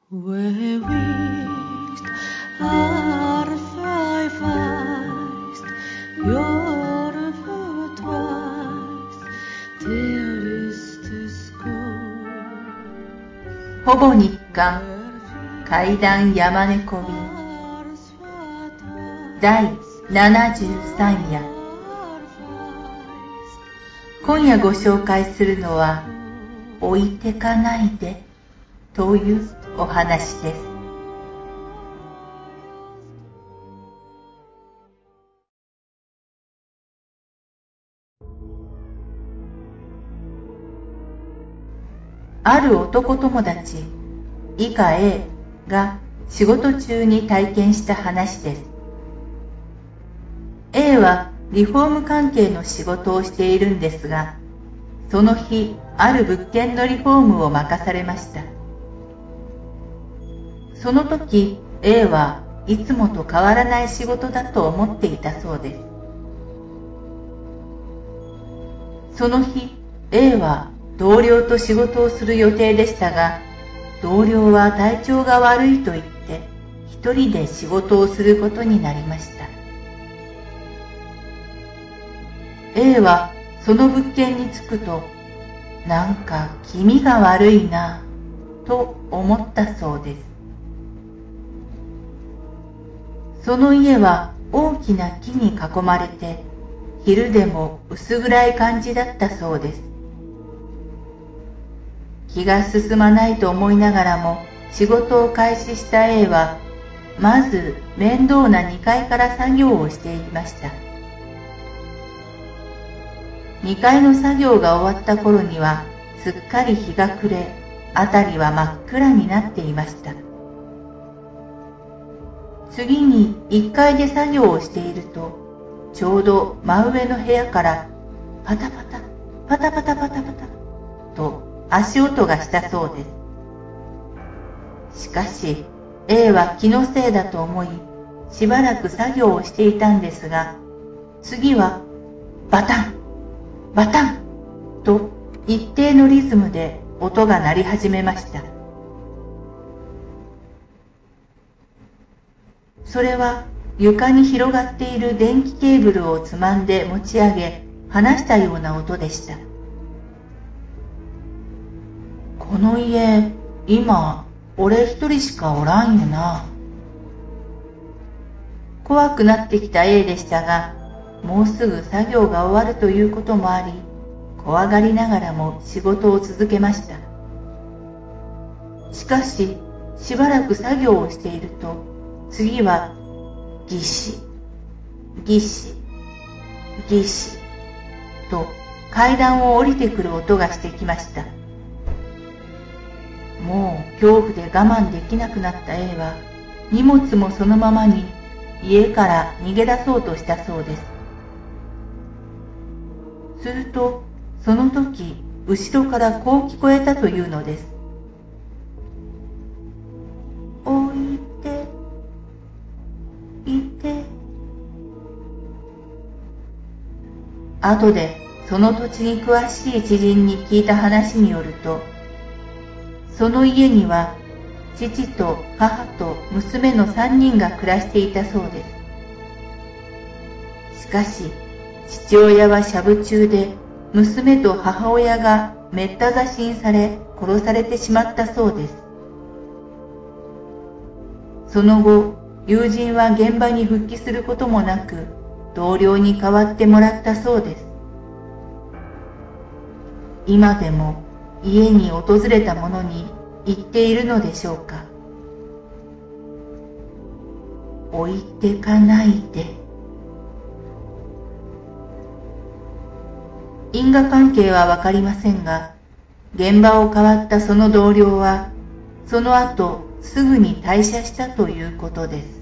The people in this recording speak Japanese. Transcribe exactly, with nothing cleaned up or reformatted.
Where wished are five eyes, your twice, there is the school. ほぼ日刊怪談山猫便だいななじゅうさん夜。今夜ご紹介するのは置いてかないでというお話です。ある男友達以下 A が仕事中に体験した話です。 A はリフォーム関係の仕事をしているんですが、その日ある物件のリフォームを任されました。その時 A はいつもと変わらない仕事だと思っていたそうです。その日 A は同僚と仕事をする予定でしたが、同僚は体調が悪いと言って一人で仕事をすることになりました。 A はその物件に着くと、なんか気味が悪いなと思ったそうです。その家は大きな木に囲まれて、昼でも薄暗い感じだったそうです。気が進まないと思いながらも仕事を開始した A は、まず面倒なにかいから作業をしていました。にかいの作業が終わった頃にはすっかり日が暮れ、辺りは真っ暗になっていました。次にいっかいで作業をしていると、ちょうど真上の部屋からパタパタパタパタパタパタと足音がしたそうです。しかし A は気のせいだと思い、しばらく作業をしていたんですが、次はバタンバタンと一定のリズムで音が鳴り始めました。それは床に広がっている電気ケーブルをつまんで持ち上げ離したような音でした。この家、今俺一人しかおらんよな。怖くなってきた A でしたが、もうすぐ作業が終わるということもあり、怖がりながらも仕事を続けました。しかししばらく作業をしていると、次はギシギシギシと階段を降りてくる音がしてきました。もう恐怖で我慢できなくなった A は、荷物もそのままに家から逃げ出そうとしたそうです。するとその時後ろからこう聞こえたというのです。おいていて。後でその土地に詳しい知人に聞いた話によると、その家には父と母と娘のさんにんが暮らしていたそうです。しかし父親はしゃぶ中で、娘と母親がめった刺しにされ殺されてしまったそうです。その後友人は現場に復帰することもなく、同僚に代わってもらったそうです。今でも家に訪れた者に言っているのでしょうか。置いてかないで。因果関係はわかりませんが、現場を変わったその同僚はその後すぐに退社したということです。